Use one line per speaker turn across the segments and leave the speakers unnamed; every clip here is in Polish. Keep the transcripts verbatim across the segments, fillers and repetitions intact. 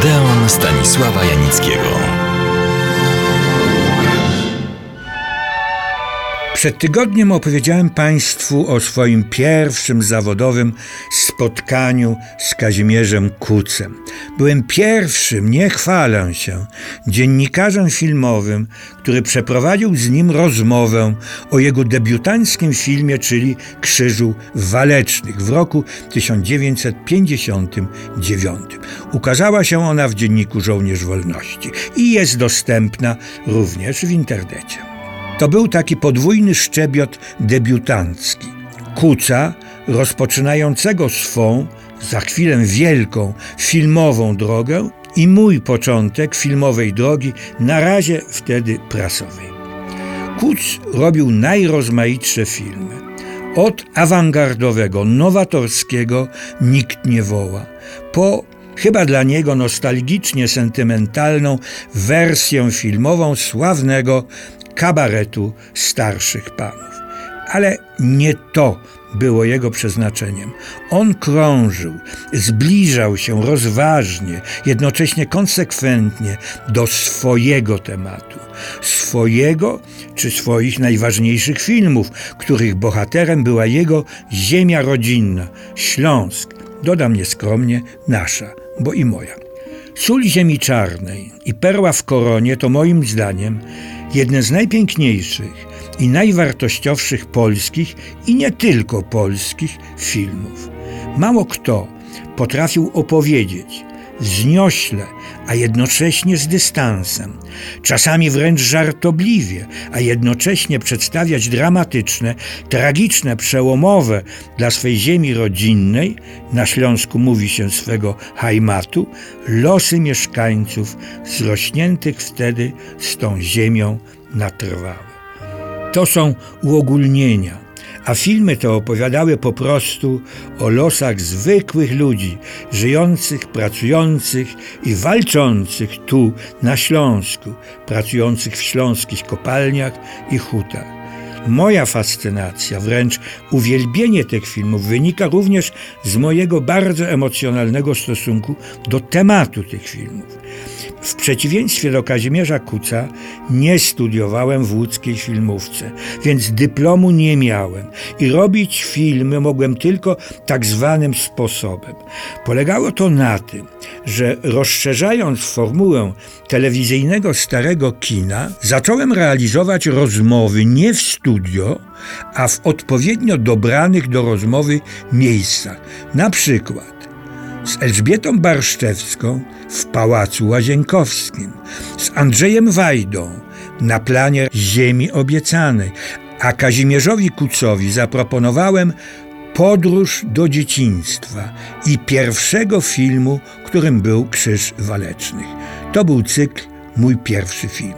Odeon Stanisława Janickiego.
Przed tygodniem opowiedziałem Państwu o swoim pierwszym zawodowym spotkaniu z Kazimierzem Kucem. Byłem pierwszym, nie chwalę się, dziennikarzem filmowym, który przeprowadził z nim rozmowę o jego debiutanckim filmie, czyli Krzyżu Walecznych w roku tysiąc dziewięćset pięćdziesiątym dziewiątym. Ukazała się ona w dzienniku Żołnierz Wolności i jest dostępna również w internecie. To był taki podwójny szczebiot debiutancki. Kuca, rozpoczynającego swą, za chwilę wielką, filmową drogę i mój początek filmowej drogi, na razie wtedy prasowej. Kuc robił najrozmaitsze filmy. Od awangardowego, nowatorskiego Nikt nie woła, po chyba dla niego nostalgicznie sentymentalną wersję filmową sławnego kabaretu starszych panów. Ale nie to było jego przeznaczeniem. On krążył, zbliżał się rozważnie, jednocześnie konsekwentnie do swojego tematu. Swojego czy swoich najważniejszych filmów, których bohaterem była jego ziemia rodzinna, Śląsk. Dodam nieskromnie nasza, bo i moja. Sól ziemi czarnej i Perła w koronie to moim zdaniem jedne z najpiękniejszych i najwartościowszych polskich i nie tylko polskich filmów. Mało kto potrafił opowiedzieć wzniośle, a jednocześnie z dystansem, czasami wręcz żartobliwie, a jednocześnie przedstawiać dramatyczne, tragiczne, przełomowe dla swej ziemi rodzinnej, na Śląsku mówi się swego hajmatu, losy mieszkańców zrośniętych wtedy z tą ziemią na trwałe. To są uogólnienia, a filmy te opowiadały po prostu o losach zwykłych ludzi, żyjących, pracujących i walczących tu, na Śląsku, pracujących w śląskich kopalniach i hutach. Moja fascynacja, wręcz uwielbienie tych filmów wynika również z mojego bardzo emocjonalnego stosunku do tematu tych filmów. W przeciwieństwie do Kazimierza Kuca nie studiowałem w łódzkiej filmówce, więc dyplomu nie miałem i robić filmy mogłem tylko tak zwanym sposobem. Polegało to na tym, że rozszerzając formułę telewizyjnego starego kina, zacząłem realizować rozmowy nie w studio, a w odpowiednio dobranych do rozmowy miejscach. Na przykład z Elżbietą Barszczewską w Pałacu Łazienkowskim, z Andrzejem Wajdą na planie Ziemi Obiecanej, a Kazimierzowi Kucowi zaproponowałem podróż do dzieciństwa i pierwszego filmu, którym był Krzyż Walecznych. To był cykl Mój pierwszy film.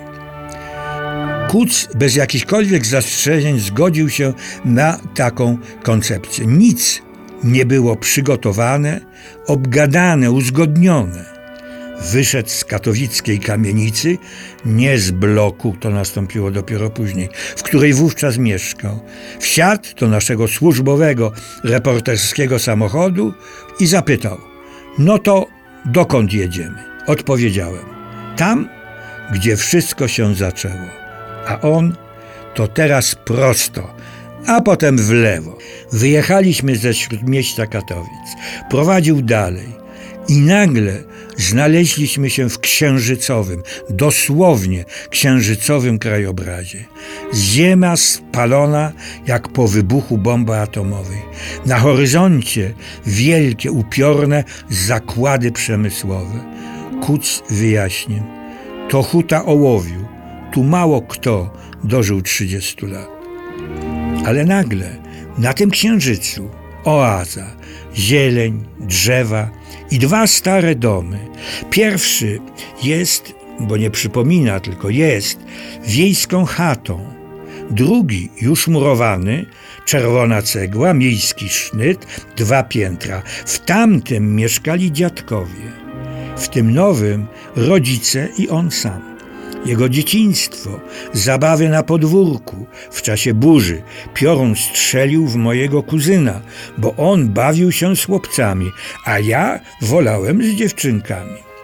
Kuc bez jakichkolwiek zastrzeżeń zgodził się na taką koncepcję. Nic nie było przygotowane, obgadane, uzgodnione. Wyszedł z katowickiej kamienicy, nie z bloku, to nastąpiło dopiero później, w której wówczas mieszkał. Wsiadł do naszego służbowego, reporterskiego samochodu i zapytał: no to dokąd jedziemy? Odpowiedziałem: tam, gdzie wszystko się zaczęło. A on: to teraz prosto, a potem w lewo. Wyjechaliśmy ze śródmieścia Katowic. Prowadził dalej. I nagle znaleźliśmy się w księżycowym, dosłownie księżycowym krajobrazie. Ziemia spalona jak po wybuchu bomby atomowej. Na horyzoncie wielkie, upiorne zakłady przemysłowe. Kuc wyjaśnił: to huta ołowiu. Tu mało kto dożył trzydziestu lat. Ale nagle na tym księżycu oaza, zieleń, drzewa i dwa stare domy. Pierwszy jest, bo nie przypomina, tylko jest, wiejską chatą. Drugi, już murowany, czerwona cegła, miejski sznyt, dwa piętra. W tamtym mieszkali dziadkowie. W tym nowym rodzice i on sam. Jego dzieciństwo, zabawy na podwórku, w czasie burzy piorun strzelił w mojego kuzyna, bo on bawił się z chłopcami, a ja wolałem z dziewczynkami.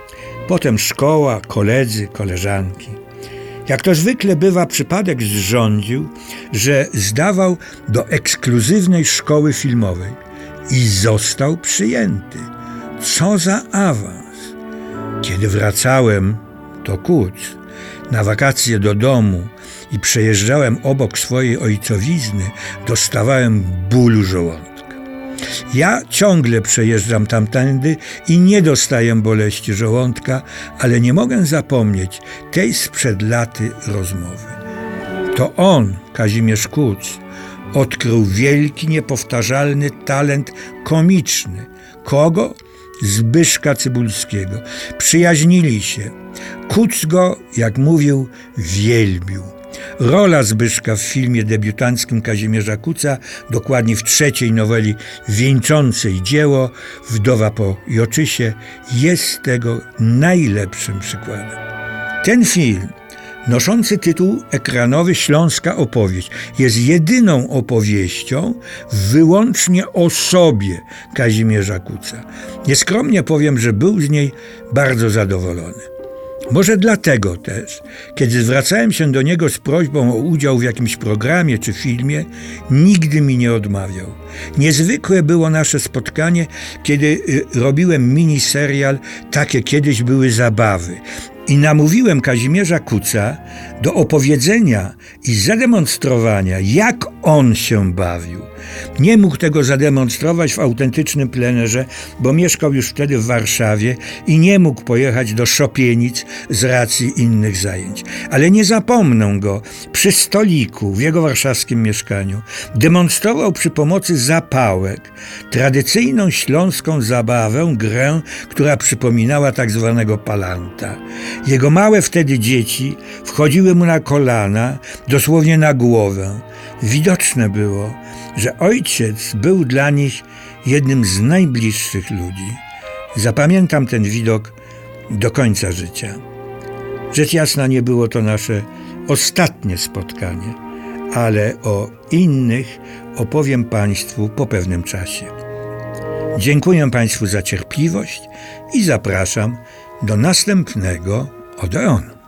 Potem szkoła, koledzy, koleżanki. Jak to zwykle bywa, przypadek zrządził, że zdawał do ekskluzywnej szkoły filmowej i został przyjęty. Co za awans! Kiedy wracałem do Kutz na wakacje do domu i przejeżdżałem obok swojej ojcowizny, dostawałem bólu żołądka. Ja ciągle przejeżdżam tamtędy i nie dostaję boleści żołądka, ale nie mogę zapomnieć tej sprzed laty rozmowy. To on, Kazimierz Kutz, odkrył wielki, niepowtarzalny talent komiczny. Kogo? Zbyszka Cybulskiego. Przyjaźnili się. Kutz go, jak mówił, wielbił. Rola Zbyszka w filmie debiutanckim Kazimierza Kutza, dokładnie w trzeciej noweli wieńczącej dzieło Wdowa po Joczysie, jest tego najlepszym przykładem. Ten film, noszący tytuł ekranowy Śląska opowieść, jest jedyną opowieścią wyłącznie o sobie Kazimierza Kutza. Nieskromnie powiem, że był z niej bardzo zadowolony. Może dlatego też, kiedy zwracałem się do niego z prośbą o udział w jakimś programie czy filmie, nigdy mi nie odmawiał. Niezwykłe było nasze spotkanie, kiedy y, robiłem miniserial Takie kiedyś były zabawy. I namówiłem Kazimierza Kutza do opowiedzenia i zademonstrowania, jak on się bawił. Nie mógł tego zademonstrować w autentycznym plenerze, bo mieszkał już wtedy w Warszawie i nie mógł pojechać do Szopienic z racji innych zajęć. Ale nie zapomnę go, przy stoliku w jego warszawskim mieszkaniu demonstrował przy pomocy zapałek tradycyjną śląską zabawę, grę, która przypominała tak zwanego palanta. Jego małe wtedy dzieci wchodziły mu na kolana, dosłownie na głowę. Widoczne było, że ojciec był dla nich jednym z najbliższych ludzi. Zapamiętam ten widok do końca życia. Rzecz jasna, nie było to nasze ostatnie spotkanie, ale o innych opowiem Państwu po pewnym czasie. Dziękuję Państwu za cierpliwość i zapraszam do następnego Odeonu.